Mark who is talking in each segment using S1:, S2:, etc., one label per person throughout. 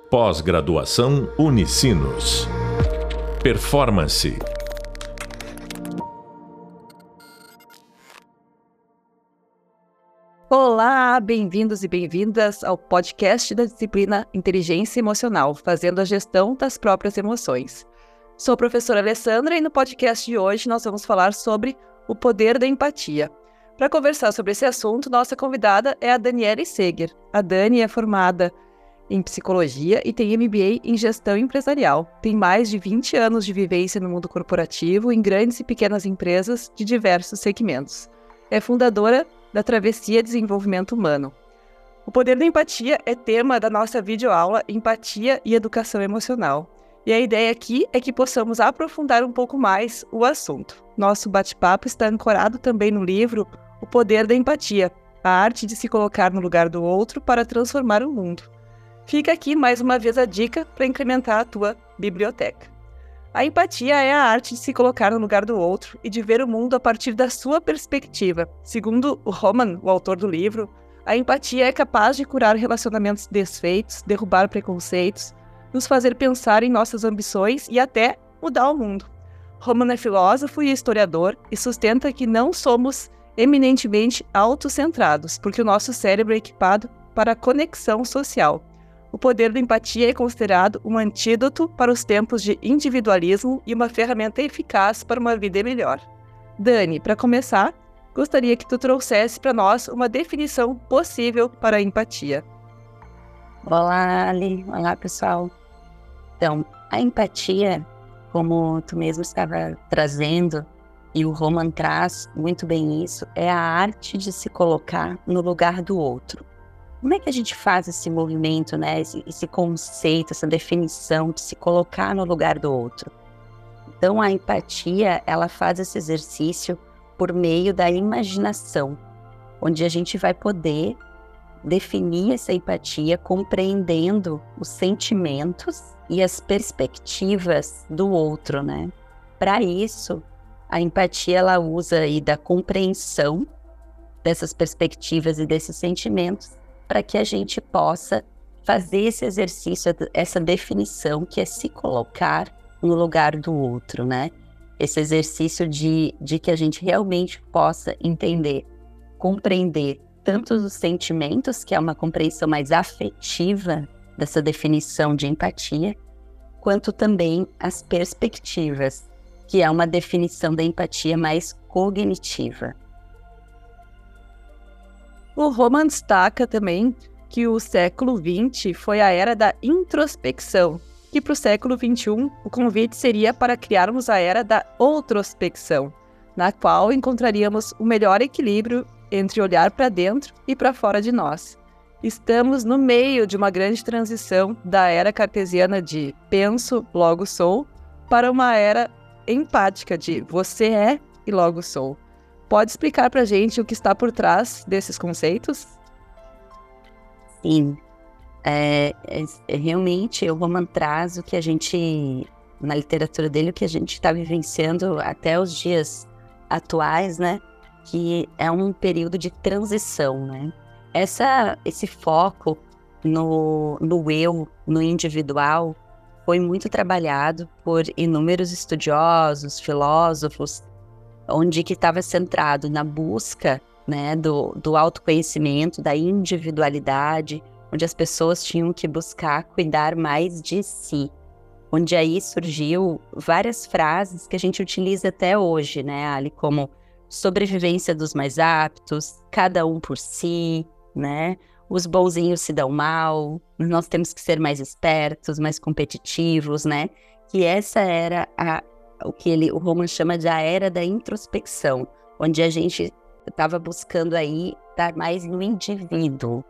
S1: Pós-graduação Unicinos. Performance.
S2: Olá, bem-vindos e bem-vindas ao podcast da disciplina Inteligência Emocional, fazendo a gestão das próprias emoções. Sou a professora Alessandra e no podcast de hoje nós vamos falar sobre o poder da empatia. Para conversar sobre esse assunto, nossa convidada é a Daniele Seger. A Dani é formada em psicologia e tem MBA em gestão empresarial. Tem mais de 20 anos de vivência no mundo corporativo em grandes e pequenas empresas de diversos segmentos. É fundadora da Travessia Desenvolvimento Humano. O poder da empatia é tema da nossa videoaula Empatia e Educação Emocional. E a ideia aqui é que possamos aprofundar um pouco mais o assunto. Nosso bate-papo está ancorado também no livro O Poder da Empatia, a arte de se colocar no lugar do outro para transformar o mundo. Fica aqui mais uma vez a dica para incrementar a tua biblioteca. A empatia é a arte de se colocar no lugar do outro e de ver o mundo a partir da sua perspectiva. Segundo o Roman, o autor do livro, a empatia é capaz de curar relacionamentos desfeitos, derrubar preconceitos, nos fazer pensar em nossas ambições e até mudar o mundo. Roman é filósofo e historiador e sustenta que não somos eminentemente autocentrados, porque o nosso cérebro é equipado para a conexão social. O poder da empatia é considerado um antídoto para os tempos de individualismo e uma ferramenta eficaz para uma vida melhor. Dani, para começar, gostaria que tu trouxesse para nós uma definição possível para a empatia.
S3: Olá, Ali. Olá, pessoal. Então, a empatia, como tu mesmo estava trazendo, e o Roman traz muito bem isso, é a arte de se colocar no lugar do outro. Como é que a gente faz esse movimento, né? Esse conceito, essa definição de se colocar no lugar do outro? Então, a empatia, ela faz esse exercício por meio da imaginação, onde a gente vai poder definir essa empatia compreendendo os sentimentos e as perspectivas do outro, né? Para isso, a empatia, ela usa aí da compreensão dessas perspectivas e desses sentimentos para que a gente possa fazer esse exercício, essa definição, que é se colocar no lugar do outro, né? Esse exercício de que a gente realmente possa entender, compreender tanto os sentimentos, que é uma compreensão mais afetiva dessa definição de empatia, quanto também as perspectivas, que é uma definição da empatia mais cognitiva.
S2: O Roman destaca também que o século XX foi a era da introspecção, que para o século XXI o convite seria para criarmos a era da outrospecção, na qual encontraríamos o melhor equilíbrio entre olhar para dentro e para fora de nós. Estamos no meio de uma grande transição da era cartesiana de penso, logo sou, para uma era empática de você é e logo sou. Pode explicar para a gente o que está por trás desses conceitos?
S3: Sim, realmente o Roman traz o que a gente, na literatura dele, o que a gente está vivenciando até os dias atuais, né? Que é um período de transição, né? Esse foco no eu, no individual, foi muito trabalhado por inúmeros estudiosos, filósofos, onde que estava centrado na busca, né, do autoconhecimento, da individualidade, onde as pessoas tinham que buscar cuidar mais de si. Onde aí surgiu várias frases que a gente utiliza até hoje, né, Ali, como sobrevivência dos mais aptos, cada um por si, né, os bonzinhos se dão mal, nós temos que ser mais espertos, mais competitivos, né, que essa era o que o Roman chama de a era da introspecção, onde a gente estava buscando aí estar mais no indivíduo.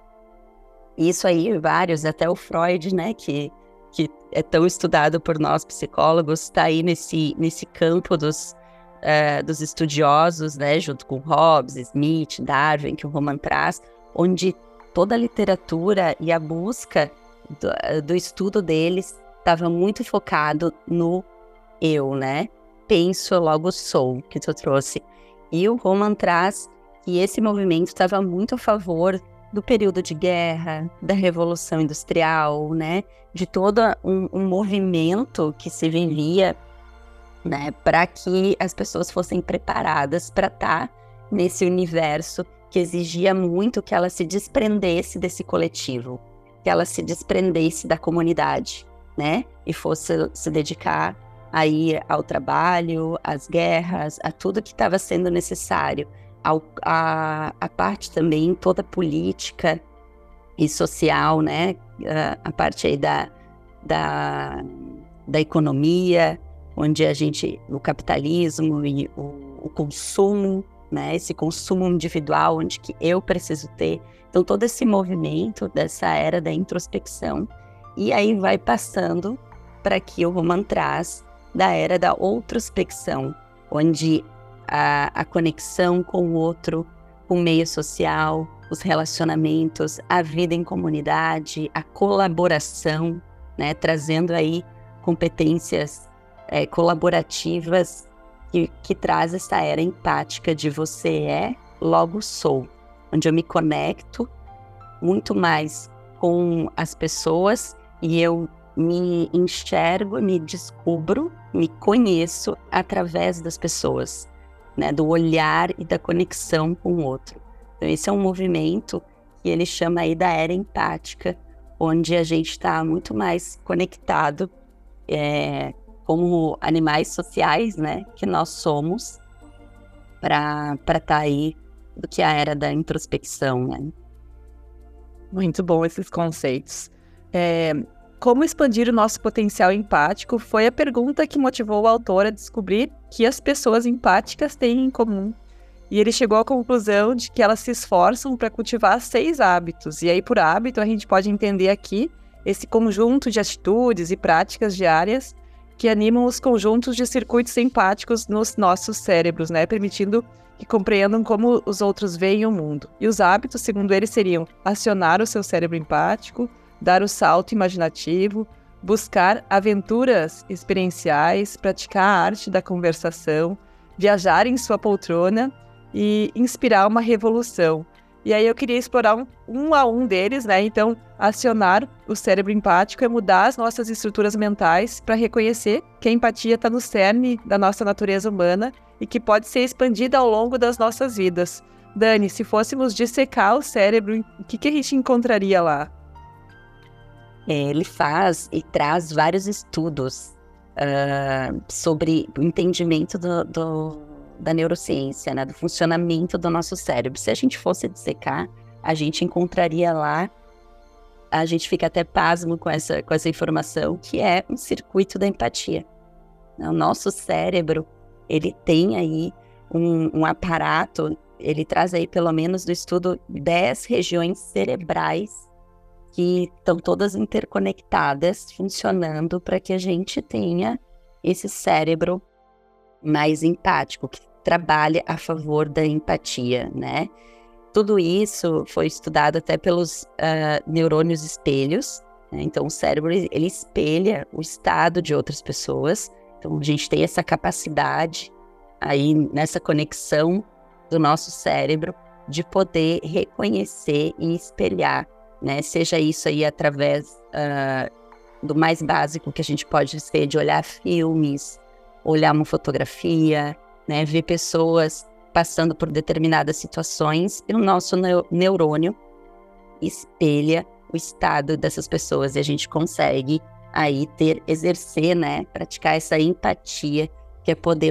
S3: Isso aí, vários, até o Freud, né, que é tão estudado por nós psicólogos, está aí nesse campo dos estudiosos, né, junto com Hobbes, Smith, Darwin, que o Roman traz, onde toda a literatura e a busca do estudo deles estava muito focado no eu, né? Penso, logo sou, que tu trouxe. E o Roman traz que esse movimento estava muito a favor do período de guerra, da Revolução Industrial, né? De todo um movimento que se vivia, né? Para que as pessoas fossem preparadas para estar nesse universo que exigia muito que ela se desprendesse desse coletivo, que ela se desprendesse da comunidade, né? E fosse se dedicar aí ao trabalho, às guerras, a tudo que estava sendo necessário, a parte também toda política e social, né? A parte aí da economia, onde o capitalismo e o consumo, né? Esse consumo individual, onde que eu preciso ter. Então, todo esse movimento dessa era da introspecção, e aí vai passando para que o Roman traz da era da outrospecção, onde a conexão com o outro, com o meio social, os relacionamentos, a vida em comunidade, a colaboração, né? Trazendo aí competências colaborativas que traz essa era empática de você é, logo sou, onde eu me conecto muito mais com as pessoas e eu me enxergo, me descubro, me conheço através das pessoas, né, do olhar e da conexão com o outro. Então esse é um movimento que ele chama aí da era empática, onde a gente está muito mais conectado como animais sociais, né, que nós somos, para estar aí do que a era da introspecção, né?
S2: Muito bom esses conceitos. Como expandir o nosso potencial empático foi a pergunta que motivou o autor a descobrir que as pessoas empáticas têm em comum. E ele chegou à conclusão de que elas se esforçam para cultivar 6 hábitos. E aí, por hábito, a gente pode entender aqui esse conjunto de atitudes e práticas diárias que animam os conjuntos de circuitos empáticos nos nossos cérebros, né? Permitindo que compreendam como os outros veem o mundo. E os hábitos, segundo ele, seriam acionar o seu cérebro empático, dar o salto imaginativo, buscar aventuras experienciais, praticar a arte da conversação, viajar em sua poltrona e inspirar uma revolução. E aí eu queria explorar um a um deles, né? Então, acionar o cérebro empático é mudar as nossas estruturas mentais para reconhecer que a empatia está no cerne da nossa natureza humana e que pode ser expandida ao longo das nossas vidas. Dani, se fôssemos dissecar o cérebro, o que a gente encontraria lá?
S3: Ele faz e traz vários estudos sobre o entendimento da neurociência, né, do funcionamento do nosso cérebro. Se a gente fosse dissecar, a gente encontraria lá, a gente fica até pasmo com essa informação, que é um circuito da empatia. O nosso cérebro, ele tem aí um aparato, ele traz aí pelo menos do estudo 10 regiões cerebrais que estão todas interconectadas, funcionando para que a gente tenha esse cérebro mais empático, que trabalha a favor da empatia, né? Tudo isso foi estudado até pelos neurônios espelhos, né? Então o cérebro, ele espelha o estado de outras pessoas, então a gente tem essa capacidade aí nessa conexão do nosso cérebro de poder reconhecer e espelhar, né? Seja isso aí através do mais básico que a gente pode ser, de olhar filmes, olhar uma fotografia, né? Ver pessoas passando por determinadas situações, e o nosso neurônio espelha o estado dessas pessoas, e a gente consegue aí exercer, né? Praticar essa empatia, que é poder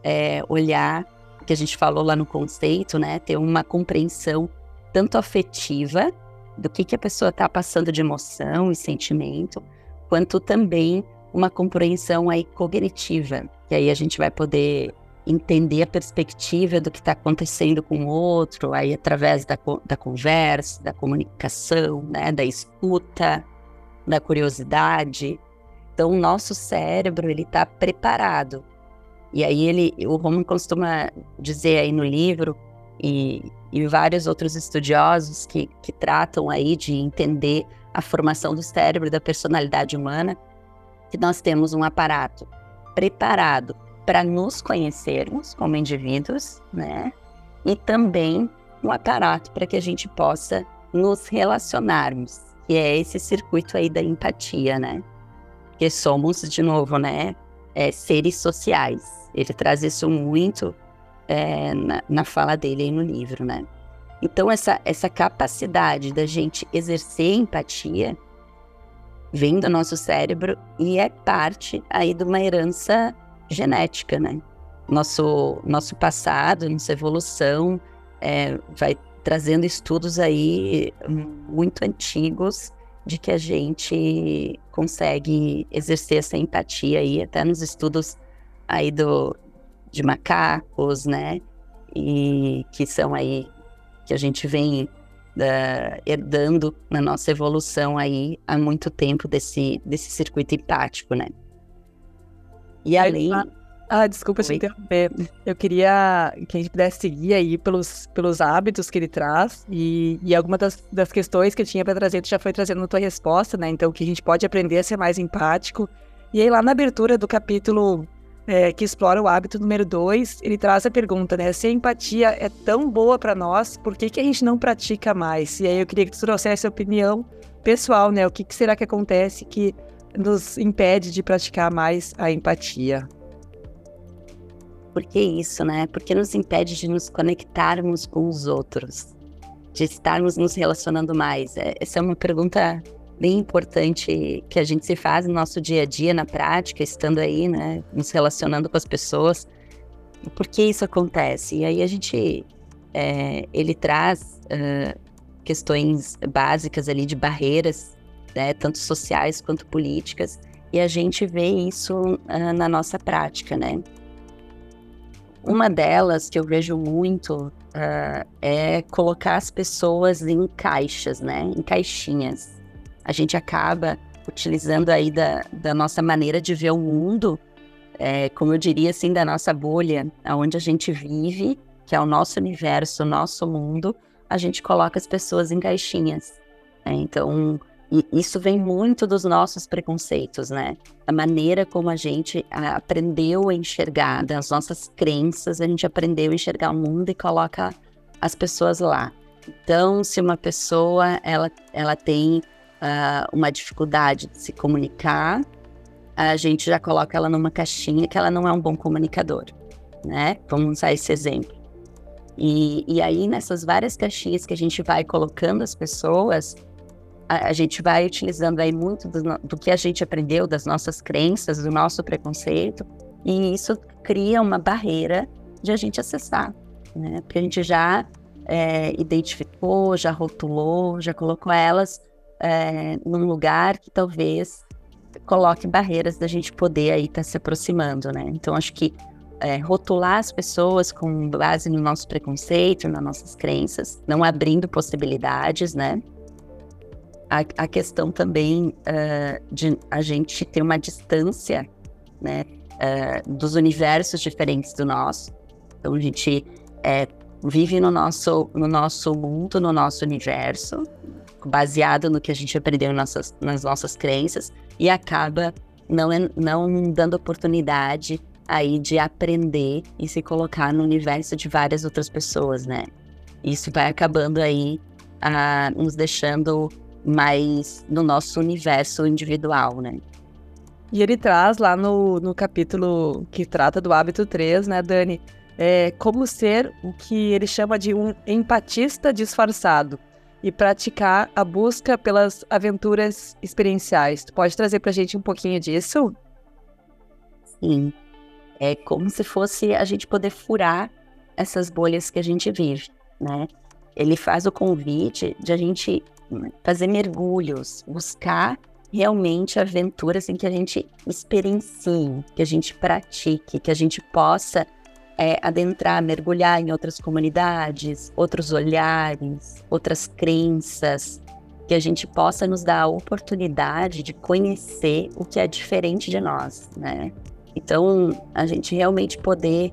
S3: olhar, que a gente falou lá no conceito, né? Ter uma compreensão tanto afetiva do que a pessoa está passando de emoção e sentimento, quanto também uma compreensão aí cognitiva, que aí a gente vai poder entender a perspectiva do que está acontecendo com o outro, aí através da conversa, da comunicação, né, da escuta, da curiosidade. Então, o nosso cérebro, ele está preparado. E aí o Roman costuma dizer aí no livro, e vários outros estudiosos que tratam aí de entender a formação do cérebro e da personalidade humana, que nós temos um aparato preparado para nos conhecermos como indivíduos, né? E também um aparato para que a gente possa nos relacionarmos, que é esse circuito aí da empatia, né? Porque somos, de novo, né, seres sociais. Ele traz isso muito na fala dele aí no livro, né? Então, essa capacidade da gente exercer empatia vem do nosso cérebro e é parte aí de uma herança genética, né? Nosso passado, nossa evolução vai trazendo estudos aí muito antigos de que a gente consegue exercer essa empatia aí, até nos estudos aí de macacos, né? E que são aí, que a gente vem herdando na nossa evolução aí há muito tempo desse circuito empático, né? E além...
S2: Desculpa te interromper. Eu queria que a gente pudesse seguir aí pelos hábitos que ele traz e alguma das questões que eu tinha para trazer, tu já foi trazendo na tua resposta, né? Então, que a gente pode aprender a ser mais empático. E aí, lá na abertura do capítulo que explora o hábito número 2, ele traz a pergunta, né? Se a empatia é tão boa para nós, por que a gente não pratica mais? E aí eu queria que tu trouxesse a opinião pessoal, né? O que será que acontece que nos impede de praticar mais a empatia?
S3: Por que isso, né? Porque nos impede de nos conectarmos com os outros, de estarmos nos relacionando mais. Essa é uma pergunta bem importante que a gente se faz no nosso dia a dia, na prática, estando aí, né? Nos relacionando com as pessoas. E por que isso acontece? E aí ele traz questões básicas ali de barreiras, né? Tanto sociais quanto políticas, e a gente vê isso na nossa prática, né? Uma delas que eu vejo muito é colocar as pessoas em caixas, né? Em caixinhas. A gente acaba utilizando aí da nossa maneira de ver o mundo, como eu diria assim, da nossa bolha, onde a gente vive, que é o nosso universo, o nosso mundo, a gente coloca as pessoas em caixinhas. Então, isso vem muito dos nossos preconceitos, né? A maneira como a gente aprendeu a enxergar, das nossas crenças, a gente aprendeu a enxergar o mundo e coloca as pessoas lá. Então, se uma pessoa ela tem uma dificuldade de se comunicar, a gente já coloca ela numa caixinha que ela não é um bom comunicador, né? Vamos usar esse exemplo. E aí, nessas várias caixinhas que a gente vai colocando as pessoas, a gente vai utilizando aí muito do que a gente aprendeu, das nossas crenças, do nosso preconceito, e isso cria uma barreira de a gente acessar, né? Porque a gente já identificou, já rotulou, já colocou elas num lugar que talvez coloque barreiras da gente poder aí estar se aproximando, né? Então, acho que rotular as pessoas com base no nosso preconceito, nas nossas crenças, não abrindo possibilidades, né? A questão também de a gente ter uma distância, né, dos universos diferentes do nosso. Então, a gente vive no nosso mundo, no nosso universo, baseado no que a gente aprendeu nas nossas crenças, e acaba não dando oportunidade aí de aprender e se colocar no universo de várias outras pessoas, né? Isso vai acabando aí nos deixando mais no nosso universo individual, né?
S2: E ele traz lá no capítulo que trata do hábito 3, né, Dani? Como ser o que ele chama de um empatista disfarçado e praticar a busca pelas aventuras experienciais. Tu pode trazer pra gente um pouquinho disso?
S3: Sim. É como se fosse a gente poder furar essas bolhas que a gente vive, né? Ele faz o convite de a gente fazer mergulhos, buscar realmente aventuras em que a gente experiencie, que a gente pratique, que a gente possa adentrar, mergulhar em outras comunidades, outros olhares, outras crenças, que a gente possa nos dar a oportunidade de conhecer o que é diferente de nós, né? Então, a gente realmente poder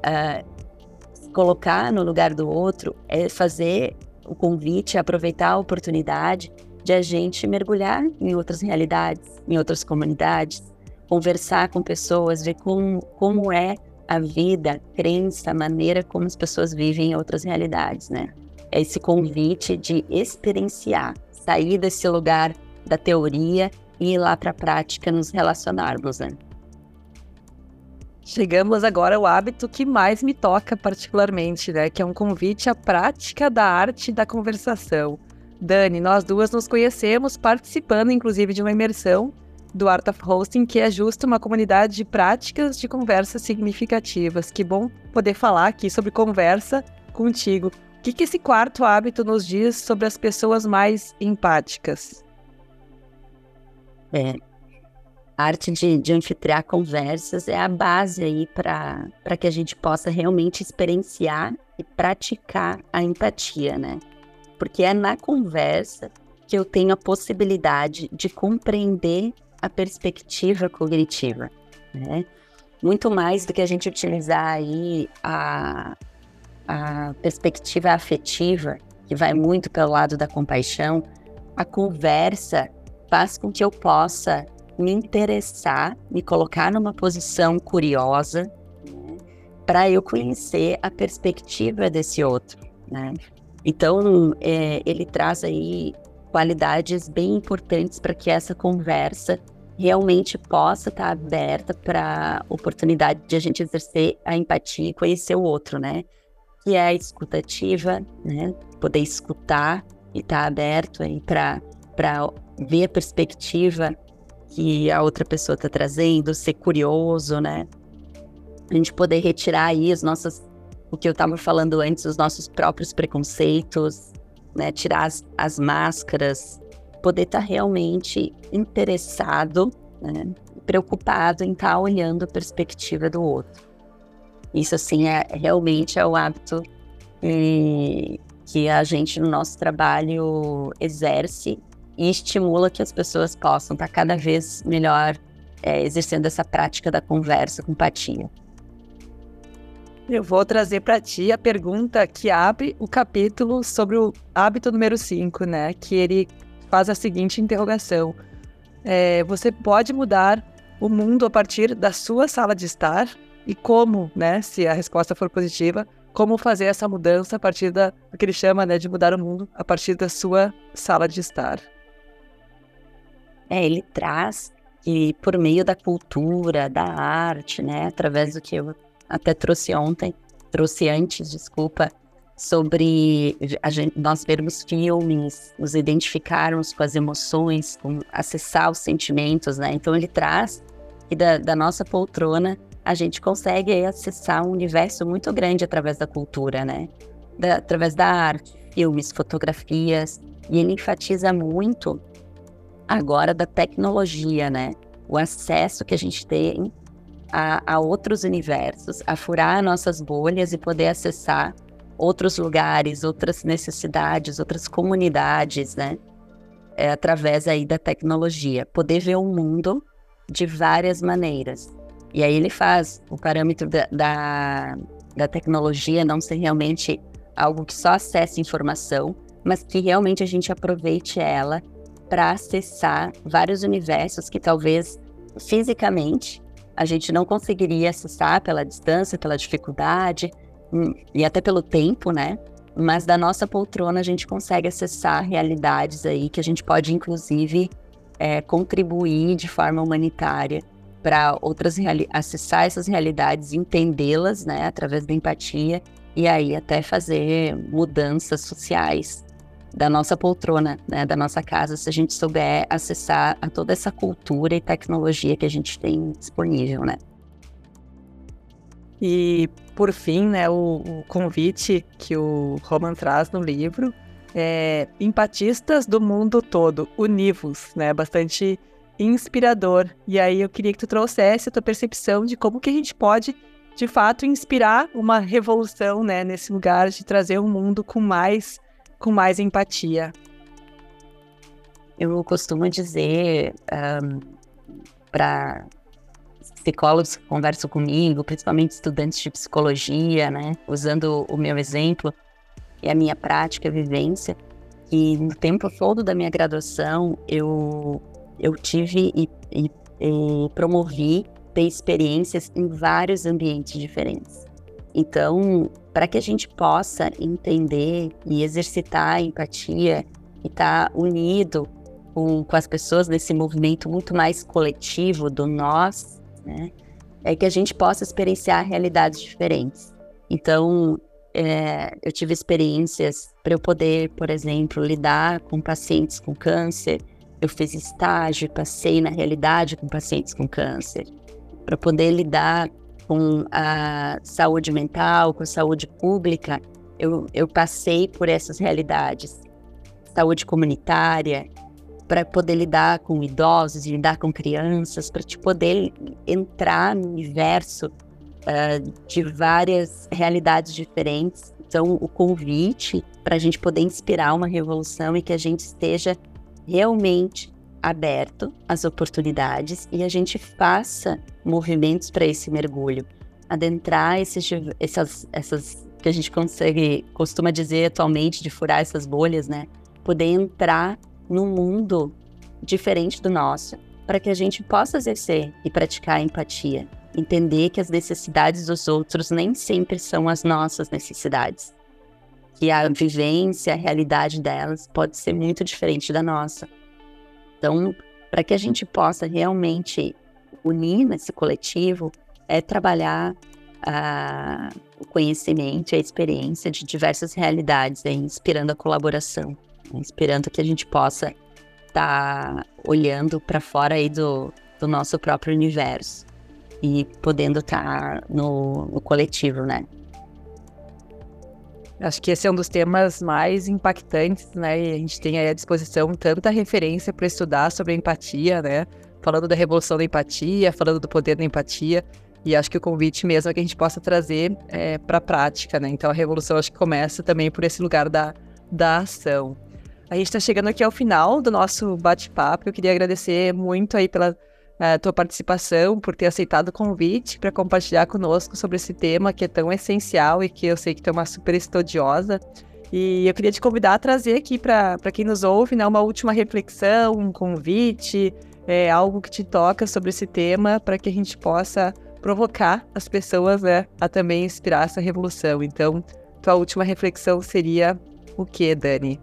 S3: se colocar no lugar do outro, fazer o convite, aproveitar a oportunidade de a gente mergulhar em outras realidades, em outras comunidades, conversar com pessoas, ver como é a vida, a crença, a maneira como as pessoas vivem em outras realidades, né? é esse convite de experienciar, sair desse lugar da teoria e ir lá para a prática, nos relacionarmos, né?
S2: Chegamos agora ao hábito que mais me toca particularmente, né? Que é um convite à prática da arte da conversação. Dani, nós duas nos conhecemos participando, inclusive, de uma imersão do Art of Hosting, que é justo uma comunidade de práticas de conversas significativas. Que bom poder falar aqui sobre conversa contigo. O que esse quarto hábito nos diz sobre as pessoas mais empáticas?
S3: A arte de anfitriar conversas é a base aí para que a gente possa realmente experienciar e praticar a empatia, né? Porque é na conversa que eu tenho a possibilidade de compreender a perspectiva cognitiva, né? Muito mais do que a gente utilizar aí a perspectiva afetiva, que vai muito pelo lado da compaixão, a conversa faz com que eu possa me interessar, me colocar numa posição curiosa, né, para eu conhecer a perspectiva desse outro, né? Então, ele traz aí qualidades bem importantes para que essa conversa realmente possa estar aberta para a oportunidade de a gente exercer a empatia e conhecer o outro, né? Que é a escutativa, né? Poder escutar e estar aberto aí para ver a perspectiva que a outra pessoa está trazendo, ser curioso, né? A gente poder retirar aí o que eu estava falando antes, os nossos próprios preconceitos, né? Tirar as máscaras, poder estar realmente interessado, né? Preocupado em estar olhando a perspectiva do outro. Isso, assim, realmente é o hábito que a gente, no nosso trabalho, exerce e estimula que as pessoas possam estar cada vez melhor exercendo essa prática da conversa com empatia.
S2: Eu vou trazer para ti a pergunta que abre o capítulo sobre o hábito número 5, né? Que ele faz a seguinte interrogação. Você pode mudar o mundo a partir da sua sala de estar? E como, né, se a resposta for positiva, como fazer essa mudança a partir do que ele chama, né, de mudar o mundo a partir da sua sala de estar?
S3: Ele traz que por meio da cultura, da arte, né, através do que eu até trouxe antes, sobre nós vermos filmes, nos identificarmos com as emoções, com acessar os sentimentos, né? Então ele traz que da nossa poltrona a gente consegue acessar um universo muito grande através da cultura, né? Através da arte, filmes, fotografias, e ele enfatiza muito agora da tecnologia, né? O acesso que a gente tem a outros universos, a furar nossas bolhas e poder acessar outros lugares, outras necessidades, outras comunidades, né? Através aí da tecnologia. Poder ver o mundo de várias maneiras. E aí ele faz o parâmetro da tecnologia não ser realmente algo que só acesse informação, mas que realmente a gente aproveite ela para acessar vários universos que talvez fisicamente a gente não conseguiria acessar pela distância, pela dificuldade e até pelo tempo, né? Mas da nossa poltrona a gente consegue acessar realidades aí que a gente pode, inclusive, contribuir de forma humanitária para acessar essas realidades, entendê-las, né? Através da empatia e aí até fazer mudanças sociais da nossa poltrona, né, da nossa casa, se a gente souber acessar a toda essa cultura e tecnologia que a gente tem disponível, né?
S2: E, por fim, né, o convite que o Roman traz no livro é empatistas do mundo todo, univos, né, bastante inspirador. E aí eu queria que tu trouxesse a tua percepção de como que a gente pode, de fato, inspirar uma revolução, né, nesse lugar de trazer um mundo com mais empatia.
S3: Eu costumo dizer para psicólogos que conversam comigo, principalmente estudantes de psicologia, né, usando o meu exemplo e a minha prática, vivência, que no tempo todo da minha graduação eu tive e promovi ter experiências em vários ambientes diferentes. Então, para que a gente possa entender e exercitar a empatia e estar unido com as pessoas nesse movimento muito mais coletivo do nós, né, é que a gente possa experienciar realidades diferentes. Então, eu tive experiências para eu poder, por exemplo, lidar com pacientes com câncer. Eu fiz estágio, passei na realidade com pacientes com câncer. Para poder lidar com a saúde mental, com a saúde pública, eu passei por essas realidades. Saúde comunitária, para poder lidar com idosos, lidar com crianças, para te poder entrar no universo de várias realidades diferentes. Então, o convite para a gente poder inspirar uma revolução e que a gente esteja realmente aberto às oportunidades e a gente faça movimentos para esse mergulho, adentrar essas que a gente costuma dizer atualmente de furar essas bolhas, né? Poder entrar num mundo diferente do nosso, para que a gente possa exercer e praticar a empatia, entender que as necessidades dos outros nem sempre são as nossas necessidades, que a vivência, a realidade delas pode ser muito diferente da nossa. Então, para que a gente possa realmente unir nesse coletivo, é trabalhar o conhecimento e a experiência de diversas realidades, inspirando a colaboração, inspirando que a gente possa estar olhando para fora aí do nosso próprio universo e podendo estar no coletivo, né?
S2: Acho que esse é um dos temas mais impactantes, né? E a gente tem aí à disposição tanta referência para estudar sobre a empatia, né? Falando da revolução da empatia, falando do poder da empatia. E acho que o convite mesmo é que a gente possa trazer para a prática, né? Então a revolução acho que começa também por esse lugar da ação. A gente está chegando aqui ao final do nosso bate-papo. Eu queria agradecer muito aí pela tua participação, por ter aceitado o convite para compartilhar conosco sobre esse tema que é tão essencial e que eu sei que tu é uma super estudiosa. E eu queria te convidar a trazer aqui para quem nos ouve, né, uma última reflexão, um convite, algo que te toca sobre esse tema, para que a gente possa provocar as pessoas, né, a também inspirar essa revolução. Então, tua última reflexão seria o quê, Dani?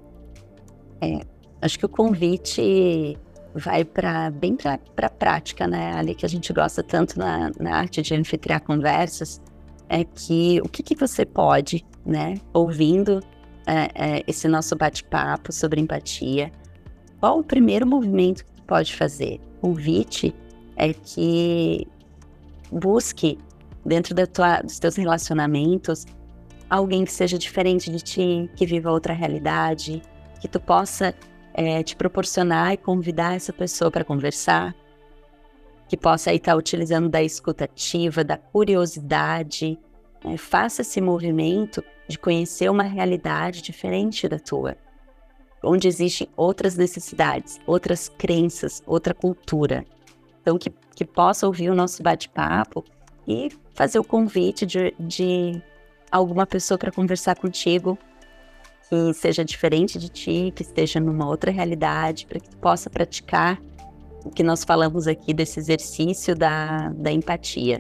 S3: Acho que o convite vai bem para a prática, né? Ali que a gente gosta tanto na arte de anfitriar conversas, é que o que você pode, né? Ouvindo esse nosso bate-papo sobre empatia, qual o primeiro movimento que tu pode fazer? O convite é que busque dentro dos teus relacionamentos alguém que seja diferente de ti, que viva outra realidade, que tu possa te proporcionar e convidar essa pessoa para conversar, que possa aí estar utilizando da escuta ativa, da curiosidade, faça esse movimento de conhecer uma realidade diferente da tua, onde existem outras necessidades, outras crenças, outra cultura. Então, que possa ouvir o nosso bate-papo e fazer o convite de alguma pessoa para conversar contigo, que seja diferente de ti, que esteja numa outra realidade, para que tu possa praticar o que nós falamos aqui desse exercício da empatia.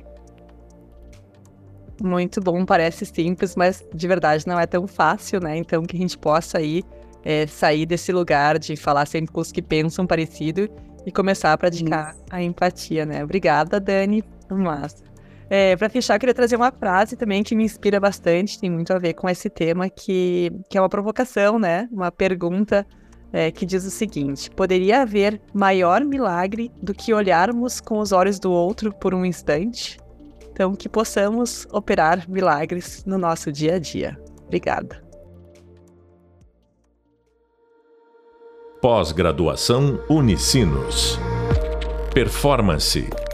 S2: Muito bom, parece simples, mas de verdade não é tão fácil, né? Então que a gente possa aí sair desse lugar de falar sempre com os que pensam parecido e começar a praticar a empatia, né? Obrigada, Dani. Massa. Para fechar, eu queria trazer uma frase também que me inspira bastante, tem muito a ver com esse tema, que é uma provocação, né? Uma pergunta que diz o seguinte: poderia haver maior milagre do que olharmos com os olhos do outro por um instante? Então, que possamos operar milagres no nosso dia a dia. Obrigada.
S1: Pós-graduação Unicinos. Performance.